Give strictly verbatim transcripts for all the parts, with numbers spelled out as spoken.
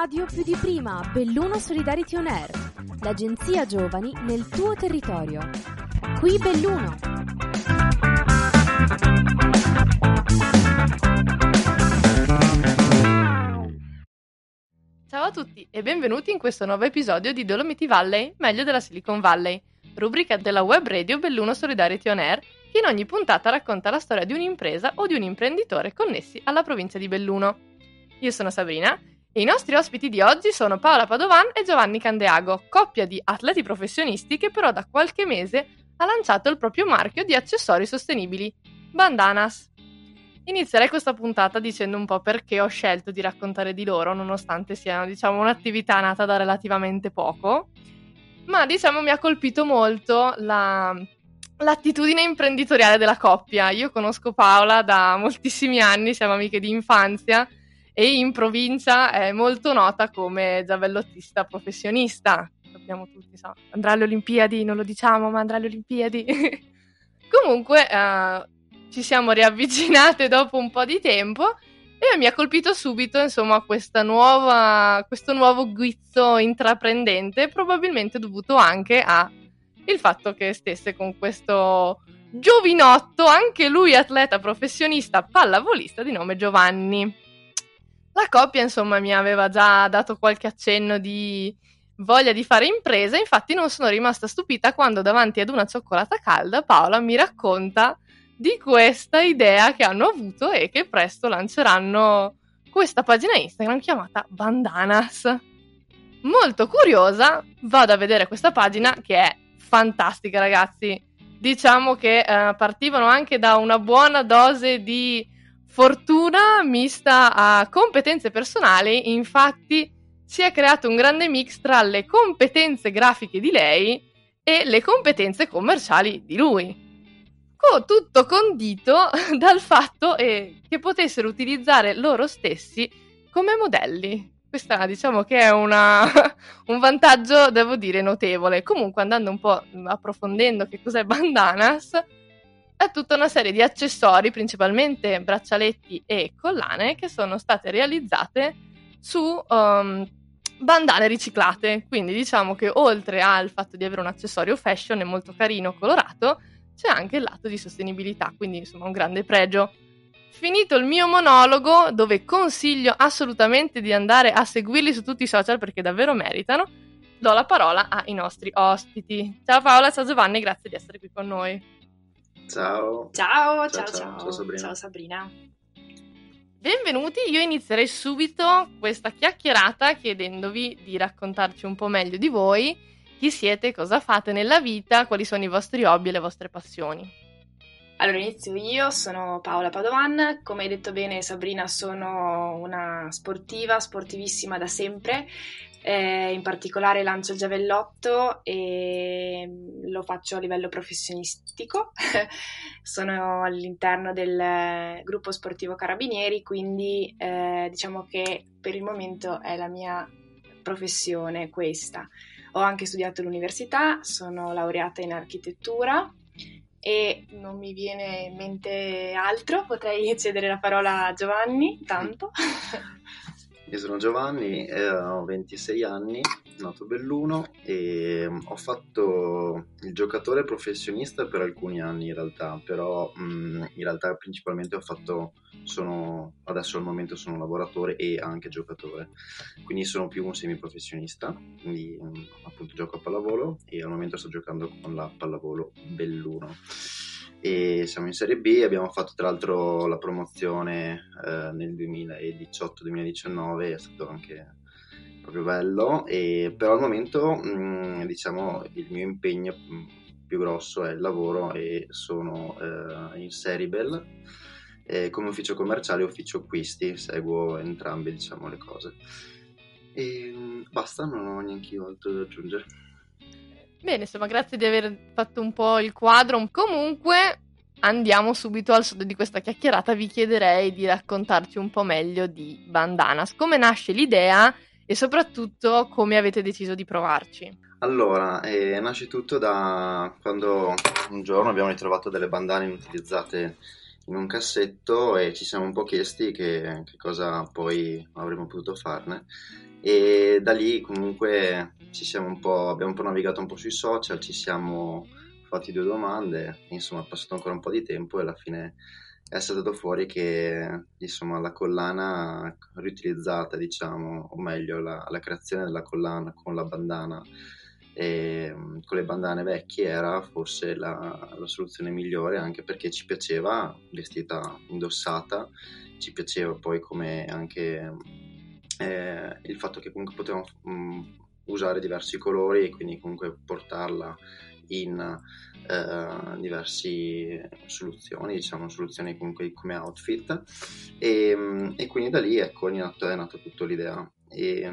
radio più di prima, Belluno Solidarity On Air, l'agenzia giovani nel tuo territorio. Qui Belluno. Ciao a tutti e benvenuti in questo nuovo episodio di Dolomiti Valley, meglio della Silicon Valley, rubrica della web radio Belluno Solidarity On Air, che in ogni puntata racconta la storia di un'impresa o di un imprenditore connessi alla provincia di Belluno. Io sono Sabrina e i nostri ospiti di oggi sono Paola Padovan e Giovanni Candeago, coppia di atleti professionisti che però da qualche mese ha lanciato il proprio marchio di accessori sostenibili, Bandanas. Inizierei questa puntata dicendo un po' perché ho scelto di raccontare di loro, nonostante siano, diciamo, un'attività nata da relativamente poco, ma diciamo mi ha colpito molto la... l'attitudine imprenditoriale della coppia. Io conosco Paola da moltissimi anni, siamo amiche di infanzia e in provincia è molto nota come giavellottista professionista. Sappiamo tutti, so, andrà alle Olimpiadi, non lo diciamo, ma andrà alle Olimpiadi. Comunque eh, ci siamo riavvicinate dopo un po' di tempo e mi ha colpito subito, insomma, questa nuova, questo nuovo guizzo intraprendente, probabilmente dovuto anche a il fatto che stesse con questo giovinotto, anche lui atleta professionista pallavolista di nome Giovanni. La coppia, insomma, mi aveva già dato qualche accenno di voglia di fare impresa, infatti non sono rimasta stupita quando davanti ad una cioccolata calda Paola mi racconta di questa idea che hanno avuto e che presto lanceranno questa pagina Instagram chiamata Bandanas. Molto curiosa, vado a vedere questa pagina che è fantastica, ragazzi. Diciamo che eh, partivano anche da una buona dose di fortuna mista a competenze personali. Infatti si è creato un grande mix tra le competenze grafiche di lei e le competenze commerciali di lui, con tutto condito dal fatto eh, che potessero utilizzare loro stessi come modelli. Questa diciamo che è una, un vantaggio, devo dire, notevole. Comunque, andando un po' approfondendo che cos'è Bandanas, è tutta una serie di accessori, principalmente braccialetti e collane, che sono state realizzate su um, bandane riciclate. Quindi diciamo che oltre al fatto di avere un accessorio fashion e molto carino, colorato, c'è anche il lato di sostenibilità, quindi insomma un grande pregio. Finito il mio monologo, dove consiglio assolutamente di andare a seguirli su tutti i social perché davvero meritano, do la parola ai nostri ospiti. Ciao Paola, ciao Giovanni, grazie di essere qui con noi. Ciao. Ciao, ciao, ciao, ciao. ciao, ciao Sabrina. Ciao Sabrina. Benvenuti, io inizierei subito questa chiacchierata chiedendovi di raccontarci un po' meglio di voi, chi siete, cosa fate nella vita, quali sono i vostri hobby e le vostre passioni. Allora inizio io, sono Paola Padovan, come hai detto bene Sabrina sono una sportiva, sportivissima da sempre, eh, in particolare lancio il giavellotto e lo faccio a livello professionistico, sono all'interno del gruppo sportivo Carabinieri, quindi eh, diciamo che per il momento è la mia professione questa. Ho anche studiato all'università, sono laureata in architettura e non mi viene in mente altro, potrei cedere la parola a Giovanni, tanto. Io sono Giovanni, eh, ho ventisei anni, nato a Belluno e ho fatto il giocatore professionista per alcuni anni in realtà, però mh, in realtà principalmente ho fatto, sono, adesso al momento sono lavoratore e anche giocatore, quindi sono più un semiprofessionista, quindi mh, appunto gioco a pallavolo e al momento sto giocando con la Pallavolo Belluno. E siamo in Serie B, abbiamo fatto tra l'altro la promozione eh, nel duemiladiciotto duemiladiciannove, è stato anche proprio bello, e però al momento mh, diciamo il mio impegno mh, più grosso è il lavoro e sono eh, in Seribel eh, come ufficio commerciale e ufficio acquisti, seguo entrambe diciamo le cose e mh, basta, non ho neanche io altro da aggiungere. Bene, insomma, grazie di aver fatto un po' il quadro. Comunque, andiamo subito al suo di questa chiacchierata. Vi chiederei di raccontarci un po' meglio di Bandanas. Come nasce l'idea e soprattutto come avete deciso di provarci? Allora, eh, nasce tutto da quando un giorno abbiamo ritrovato delle bandane inutilizzate in un cassetto e ci siamo un po' chiesti che, che cosa poi avremmo potuto farne, e da lì comunque ci siamo un po', abbiamo un po' navigato un po' sui social, ci siamo fatti due domande, insomma è passato ancora un po' di tempo e alla fine è saltato fuori che insomma la collana riutilizzata, diciamo, o meglio la, la creazione della collana con la bandana e con le bandane vecchie era forse la, la soluzione migliore, anche perché ci piaceva vestita, indossata, ci piaceva poi come anche eh, il fatto che comunque potevamo mh, usare diversi colori e quindi comunque portarla in eh, diverse soluzioni, diciamo soluzioni comunque come outfit, e, e quindi da lì ecco è nata, è nata tutta l'idea e,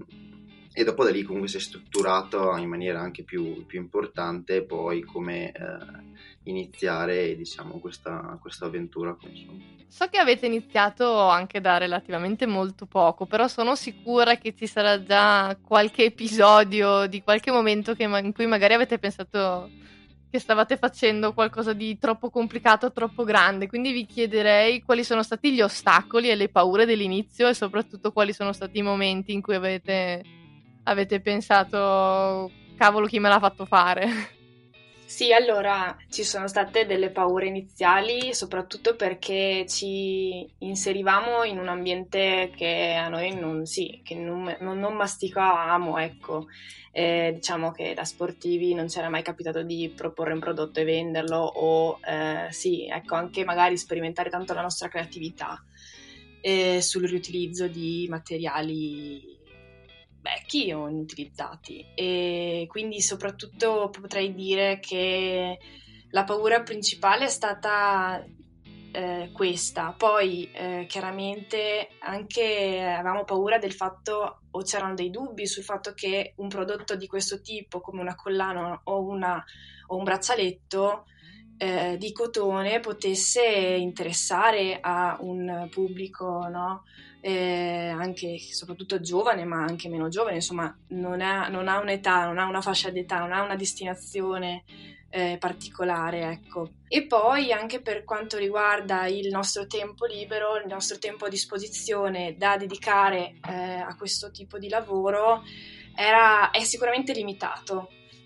e dopo da lì comunque si è strutturato in maniera anche più, più importante poi come eh, iniziare diciamo questa, questa avventura. So che avete iniziato anche da relativamente molto poco, però sono sicura che ci sarà già qualche episodio di qualche momento che ma- in cui magari avete pensato che stavate facendo qualcosa di troppo complicato, troppo grande, quindi vi chiederei quali sono stati gli ostacoli e le paure dell'inizio e soprattutto quali sono stati i momenti in cui avete, avete pensato cavolo chi me l'ha fatto fare. Sì, allora ci sono state delle paure iniziali, soprattutto perché ci inserivamo in un ambiente che a noi non, sì, che non, non, non masticavamo, ecco. Eh, diciamo che da sportivi non c'era mai capitato di proporre un prodotto e venderlo o eh, sì, ecco, anche magari sperimentare tanto la nostra creatività eh, sul riutilizzo di materiali vecchi o inutilizzati, e quindi soprattutto potrei dire che la paura principale è stata eh, questa. Poi eh, chiaramente anche avevamo paura del fatto, o c'erano dei dubbi sul fatto che un prodotto di questo tipo come una collana o, una, o un braccialetto eh, di cotone potesse interessare a un pubblico, no? Eh, anche soprattutto giovane, ma anche meno giovane, insomma non ha, non ha un'età, non ha una fascia d'età, non ha una destinazione eh, particolare, ecco. E poi anche per quanto riguarda il nostro tempo libero, il nostro tempo a disposizione da dedicare eh, a questo tipo di lavoro era, è sicuramente limitato.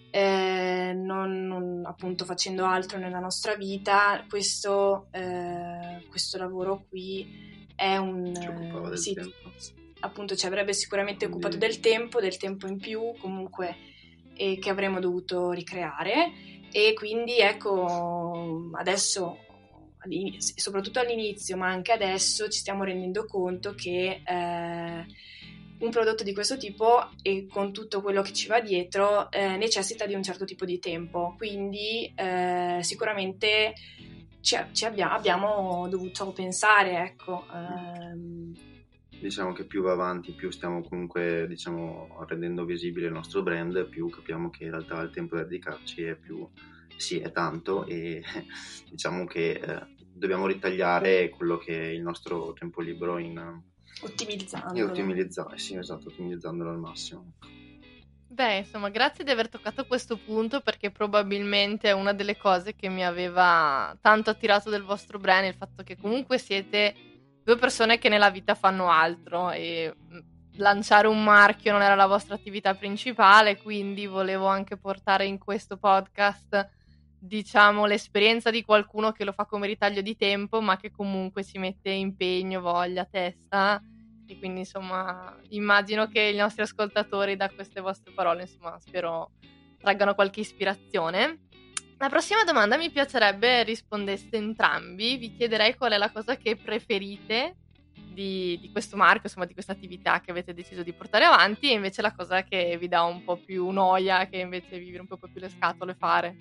Eh, non, non appunto facendo altro nella nostra vita, questo, eh, questo lavoro qui è un ci occupava del sì, tempo. Appunto ci avrebbe sicuramente Quindi... occupato del tempo, del tempo in più comunque, e che avremmo dovuto ricreare, e quindi ecco adesso soprattutto all'inizio ma anche adesso ci stiamo rendendo conto che eh, un prodotto di questo tipo e con tutto quello che ci va dietro eh, necessita di un certo tipo di tempo, quindi eh, sicuramente ci, ci abbia, abbiamo dovuto pensare, ecco. Ehm. Diciamo che più va avanti, più stiamo comunque diciamo rendendo visibile il nostro brand, più capiamo che in realtà il tempo da dedicarci è più, sì, è tanto, e diciamo che eh, dobbiamo ritagliare quello che è il nostro tempo libero in ottimizzandolo. E ottimizzare, sì, esatto, ottimizzandolo al massimo. Beh, insomma, grazie di aver toccato questo punto, perché probabilmente è una delle cose che mi aveva tanto attirato del vostro brand, il fatto che comunque siete due persone che nella vita fanno altro e lanciare un marchio non era la vostra attività principale, quindi volevo anche portare in questo podcast, diciamo, l'esperienza di qualcuno che lo fa come ritaglio di tempo, ma che comunque ci mette impegno, voglia, testa. E quindi insomma immagino che i nostri ascoltatori da queste vostre parole insomma spero traggano qualche ispirazione. La prossima domanda mi piacerebbe rispondeste entrambi. Vi chiederei qual è la cosa che preferite di, di questo marchio, insomma di questa attività che avete deciso di portare avanti, e invece la cosa che vi dà un po' più noia, che invece vi vira un po' più le scatole fare.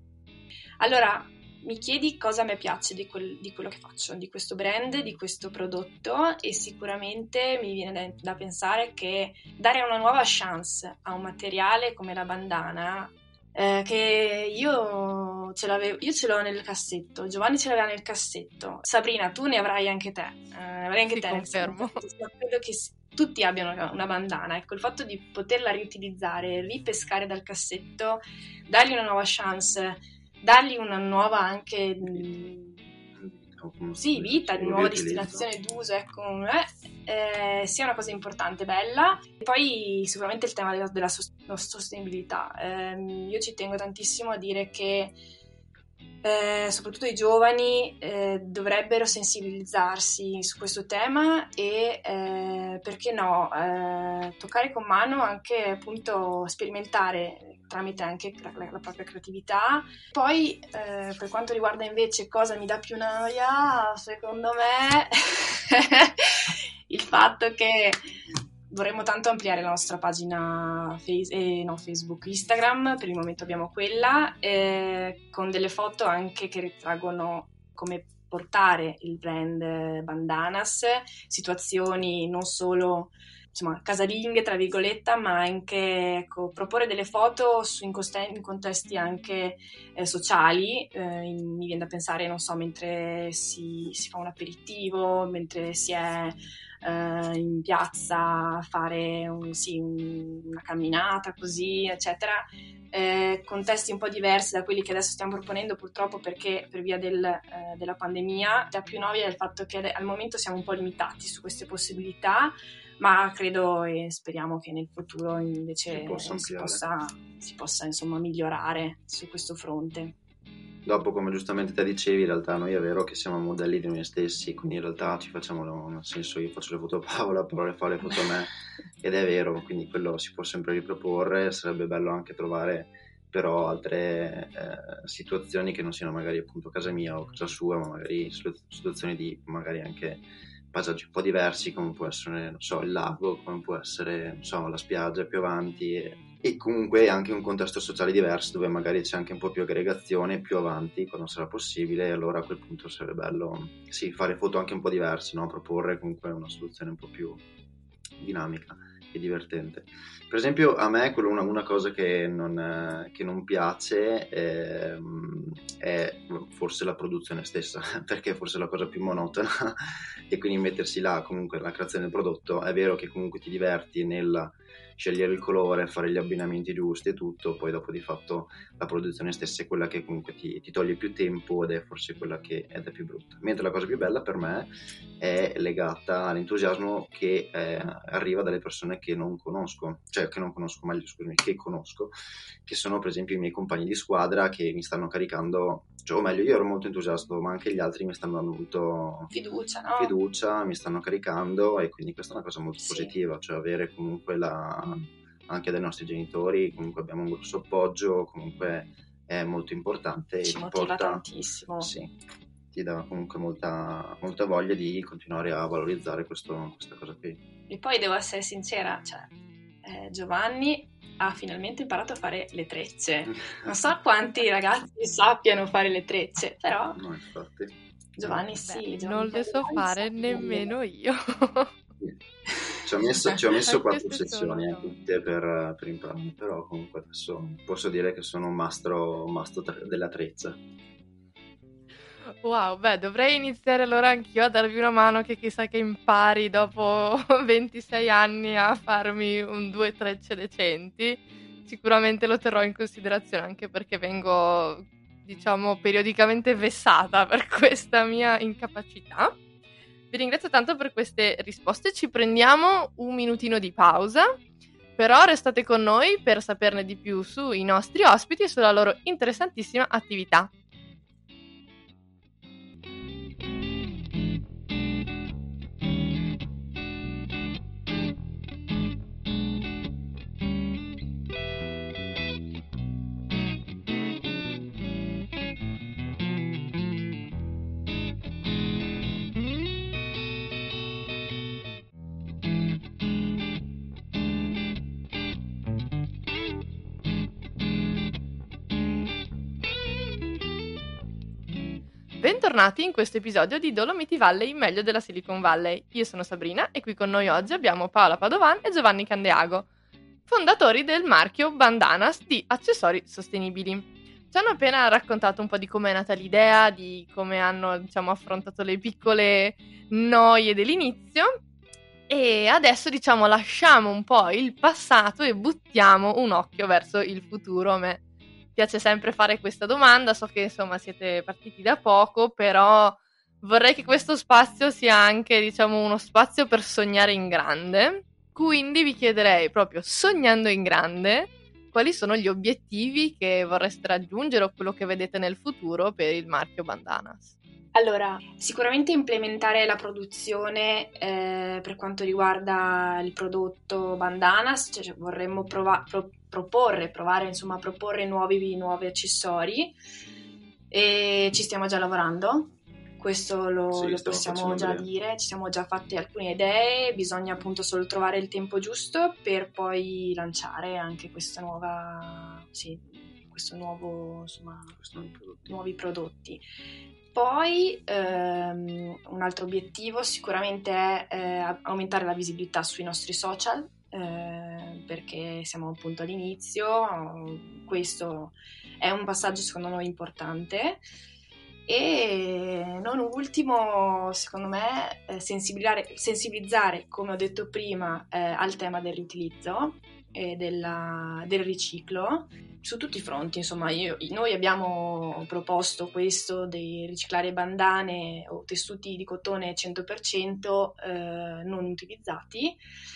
Allora, mi chiedi cosa mi piace di, quel, di quello che faccio, di questo brand, di questo prodotto, e sicuramente mi viene da, da pensare che dare una nuova chance a un materiale come la bandana, eh, che io ce l'avevo, io ce l'ho nel cassetto, Giovanni ce l'aveva nel cassetto, Sabrina tu ne avrai anche te, eh, avrai anche sì, te. Confermo. Credo che tutti abbiano una bandana, ecco, il fatto di poterla riutilizzare, ripescare dal cassetto, dargli una nuova chance, dargli una nuova anche sì, vita, di nuova destinazione d'uso, ecco, eh, sia una cosa importante, bella. E poi sicuramente il tema della, della sostenibilità. Eh, io ci tengo tantissimo a dire che Eh, soprattutto i giovani eh, dovrebbero sensibilizzarsi su questo tema e eh, perché no, eh, toccare con mano, anche appunto sperimentare tramite anche la, la propria creatività. Poi eh, per quanto riguarda invece cosa mi dà più noia, secondo me il fatto che vorremmo tanto ampliare la nostra pagina face- eh, no, Facebook, Instagram, per il momento abbiamo quella, eh, con delle foto anche che ritraggono come portare il brand Bandanas, situazioni non solo insomma casalinghe tra virgolette, ma anche ecco, proporre delle foto su, in, coste- in contesti anche eh, sociali, eh, in, mi viene da pensare, non so, mentre si, si fa un aperitivo, mentre si è Uh, in piazza a fare un, sì, un, una camminata così eccetera, eh, contesti un po' diversi da quelli che adesso stiamo proponendo, purtroppo, perché per via del, eh, della pandemia da più noia del fatto che al momento siamo un po' limitati su queste possibilità, ma credo e speriamo che nel futuro invece si, si possa, si possa insomma migliorare su questo fronte. Dopo, come giustamente te dicevi, in realtà noi è vero che siamo modelli di noi stessi, quindi in realtà ci facciamo, nel senso, io faccio le foto a Paola, Paola le fa le foto a me, ed è vero, quindi quello si può sempre riproporre. Sarebbe bello anche trovare però altre eh, situazioni che non siano magari appunto casa mia o casa sua, ma magari situazioni di magari anche paesaggi un po' diversi, come può essere, non so, il lago, come può essere, non so, la spiaggia più avanti, e, e comunque anche un contesto sociale diverso dove magari c'è anche un po' più aggregazione più avanti quando sarà possibile, e allora a quel punto sarebbe bello sì, fare foto anche un po' diverse, no? Proporre comunque una soluzione un po' più dinamica e divertente. Per esempio a me quello, una, una cosa che non, che non piace è, è forse la produzione stessa, perché è forse la cosa più monotona e quindi mettersi là comunque la creazione del prodotto. È vero che comunque ti diverti nel scegliere il colore, fare gli abbinamenti giusti e tutto, poi dopo di fatto la produzione stessa è quella che comunque ti, ti toglie più tempo ed è forse quella che ed è più brutta. Mentre la cosa più bella per me è legata all'entusiasmo che eh, arriva dalle persone che non conosco, cioè che non conosco, meglio scusami, che conosco, che sono per esempio i miei compagni di squadra che mi stanno caricando, cioè, o meglio io ero molto entusiasta, ma anche gli altri mi stanno dando molto fiducia, no? fiducia, mi stanno caricando, e quindi questa è una cosa molto sì. positiva, cioè avere comunque la anche dai nostri genitori, comunque abbiamo un grosso appoggio, comunque è molto importante. Ci e motiva porta, tantissimo. Sì, ti dà comunque molta, molta voglia di continuare a valorizzare questo, questa cosa qui. E poi devo essere sincera, cioè eh, Giovanni ha finalmente imparato a fare le trecce. Non so quanti ragazzi sappiano fare le trecce, però no, infatti. Giovanni sì. Beh, Giovanni non le so fare nemmeno io. Ci ho messo, ci ho messo quattro sessioni eh, tutte per, per imparare, però comunque adesso posso dire che sono un mastro, mastro tre, della treccia. Wow, beh, dovrei iniziare allora anch'io a darvi una mano, che chissà che impari dopo ventisei anni a farmi un due trecce decenti. Sicuramente lo terrò in considerazione, anche perché vengo, diciamo, periodicamente vessata per questa mia incapacità. Vi ringrazio tanto per queste risposte, ci prendiamo un minutino di pausa, però restate con noi per saperne di più sui nostri ospiti e sulla loro interessantissima attività. Bentornati in questo episodio di Dolomiti Valley, meglio della Silicon Valley. Io sono Sabrina e qui con noi oggi abbiamo Paola Padovan e Giovanni Candeago, fondatori del marchio Bandanas di accessori sostenibili. Ci hanno appena raccontato un po' di come è nata l'idea, di come hanno, diciamo, affrontato le piccole noie dell'inizio, e adesso, diciamo, lasciamo un po' il passato e buttiamo un occhio verso il futuro. A me piace sempre fare questa domanda, so che insomma siete partiti da poco, però vorrei che questo spazio sia anche, diciamo, uno spazio per sognare in grande, quindi vi chiederei proprio, sognando in grande, quali sono gli obiettivi che vorreste raggiungere o quello che vedete nel futuro per il marchio Bandanas? Allora, sicuramente implementare la produzione eh, per quanto riguarda il prodotto Bandanas, cioè vorremmo prova- pro- proporre, provare insomma a proporre nuovi, nuovi accessori e ci stiamo già lavorando. Questo lo, Sì, lo stiamo possiamo facendo già breve. dire, ci siamo già fatti alcune idee, bisogna appunto solo trovare il tempo giusto per poi lanciare anche questa nuova, sì, questo nuovo, insomma, Questi nuovi prodotti. nuovi prodotti. Poi ehm, un altro obiettivo sicuramente è eh, aumentare la visibilità sui nostri social, eh, perché siamo appunto all'inizio, questo è un passaggio secondo noi importante. E non ultimo, secondo me, eh, sensibilizzare, sensibilizzare, come ho detto prima, eh, al tema del riutilizzo e della, del riciclo su tutti i fronti. Insomma, io, noi abbiamo proposto questo di riciclare bandane o tessuti di cotone cento per cento eh, non utilizzati,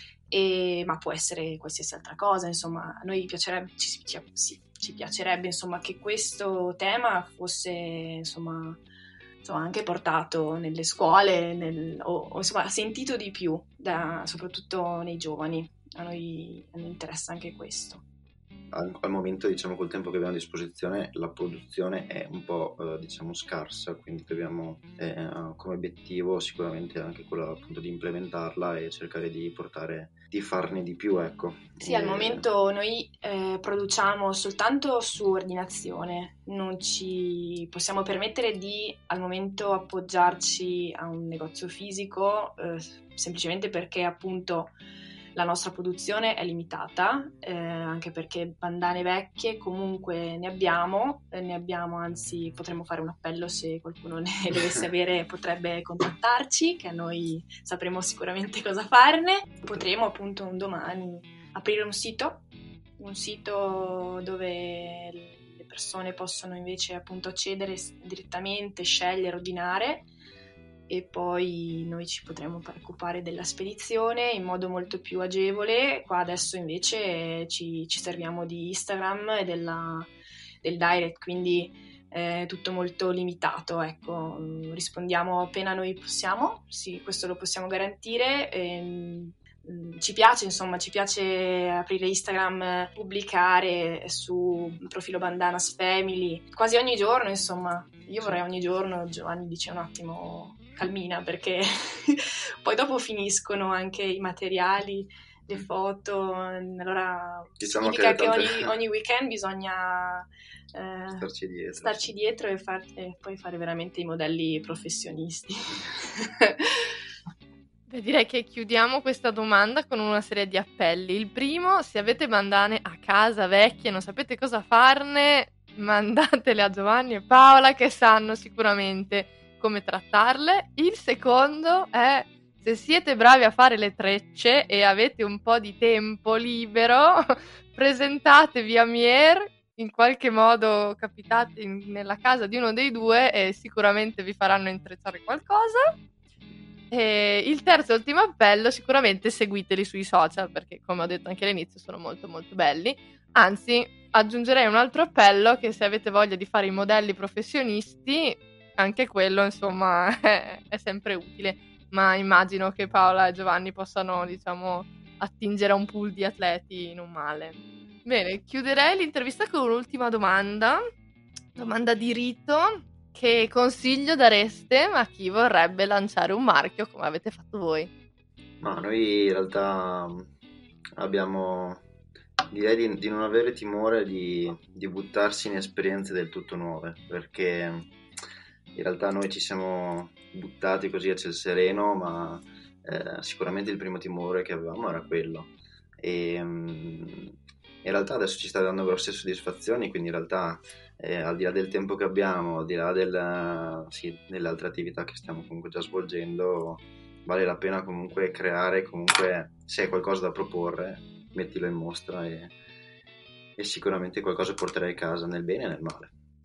e, ma può essere qualsiasi altra cosa. Insomma, a noi piacerebbe, ci, ci, sì, ci piacerebbe insomma che questo tema fosse insomma, insomma anche portato nelle scuole nel, o, o insomma sentito di più da, soprattutto nei giovani. A noi, a noi interessa anche questo. Al, al momento, diciamo, col tempo che abbiamo a disposizione, la produzione è un po' eh, diciamo scarsa, quindi dobbiamo eh, come obiettivo sicuramente anche quello appunto di implementarla e cercare di portare, di farne di più, ecco. Sì, e... al momento noi eh, produciamo soltanto su ordinazione, non ci possiamo permettere di al momento appoggiarci a un negozio fisico eh, semplicemente perché appunto la nostra produzione è limitata, eh, anche perché bandane vecchie comunque ne abbiamo, eh, ne abbiamo, anzi potremmo fare un appello se qualcuno ne dovesse avere, potrebbe contattarci, che noi sapremo sicuramente cosa farne. Potremo appunto un domani aprire un sito, un sito dove le persone possono invece appunto accedere direttamente, scegliere, ordinare, e poi noi ci potremo occupare della spedizione in modo molto più agevole. Qua adesso invece ci, ci serviamo di Instagram e della, del direct, quindi è tutto molto limitato, ecco, rispondiamo appena noi possiamo, sì, questo lo possiamo garantire. E, ci piace, insomma, ci piace aprire Instagram, pubblicare su profilo Bandanas Family quasi ogni giorno, insomma. Io vorrei ogni giorno. Giovanni dice un attimo calmina, perché poi dopo finiscono anche i materiali, le foto, allora Diciamo significa che che, tante... ogni, ogni weekend bisogna eh, starci dietro, starci sì. dietro e, far, e poi fare veramente i modelli professionisti. Beh, direi che chiudiamo questa domanda con una serie di appelli. Il primo: se avete bandane a casa vecchie e non sapete cosa farne, mandatele a Giovanni e Paola, che sanno sicuramente come trattarle. Il secondo è: se siete bravi a fare le trecce e avete un po' di tempo libero, presentatevi a Mier, in qualche modo capitate in, nella casa di uno dei due e sicuramente vi faranno intrecciare qualcosa. E il terzo e ultimo appello: sicuramente seguiteli sui social, perché come ho detto anche all'inizio sono molto molto belli. Anzi, aggiungerei un altro appello: che se avete voglia di fare i modelli professionisti, anche quello insomma è, è sempre utile, ma immagino che Paola e Giovanni possano, diciamo, attingere a un pool di atleti non male. Bene, chiuderei l'intervista con un'ultima domanda, domanda di rito. Che consiglio dareste a chi vorrebbe lanciare un marchio come avete fatto voi? Ma noi in realtà abbiamo l'idea di, di non avere timore di, di buttarsi in esperienze del tutto nuove, perché in realtà noi ci siamo buttati così a ciel sereno, ma eh, sicuramente il primo timore che avevamo era quello. E um, in realtà adesso ci sta dando grosse soddisfazioni, quindi in realtà eh, al di là del tempo che abbiamo, al di là del, sì, delle altre attività che stiamo comunque già svolgendo, vale la pena comunque creare, comunque se hai qualcosa da proporre mettilo in mostra e, e sicuramente qualcosa porterai a casa nel bene e nel male.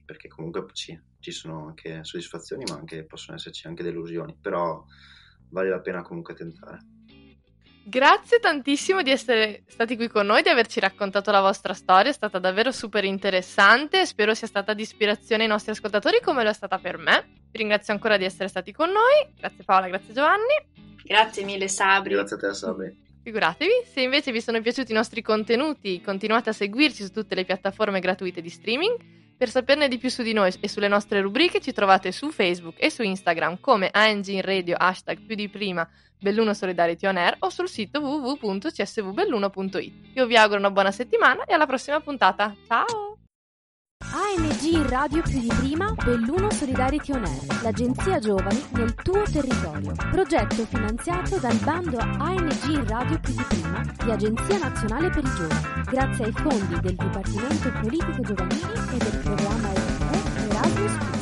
perché comunque ci, ci sono anche soddisfazioni, ma anche possono esserci anche delusioni, però vale la pena comunque tentare. Grazie tantissimo di essere stati qui con noi, di averci raccontato la vostra storia, è stata davvero super interessante, spero sia stata di ispirazione ai nostri ascoltatori come lo è stata per me. Vi ringrazio ancora di essere stati con noi, grazie Paola, grazie Giovanni. Grazie mille Sabri. Grazie a te Sabri. Figuratevi, se invece vi sono piaciuti i nostri contenuti continuate a seguirci su tutte le piattaforme gratuite di streaming. Per saperne di più su di noi e sulle nostre rubriche ci trovate su Facebook e su Instagram come A N G in Radio, hashtag più di prima, Belluno Solidarity On Air o sul sito w w w punto c s v belluno punto i t. Io vi auguro una buona settimana e alla prossima puntata. Ciao! A N G in Radio più di prima, Belluno Solidarity On Air, l'agenzia giovani nel tuo territorio. Progetto finanziato dal bando A N G in Radio più di prima di Agenzia Nazionale per i Giovani, grazie ai fondi del Dipartimento Politico Giovanili e del programma Erasmus.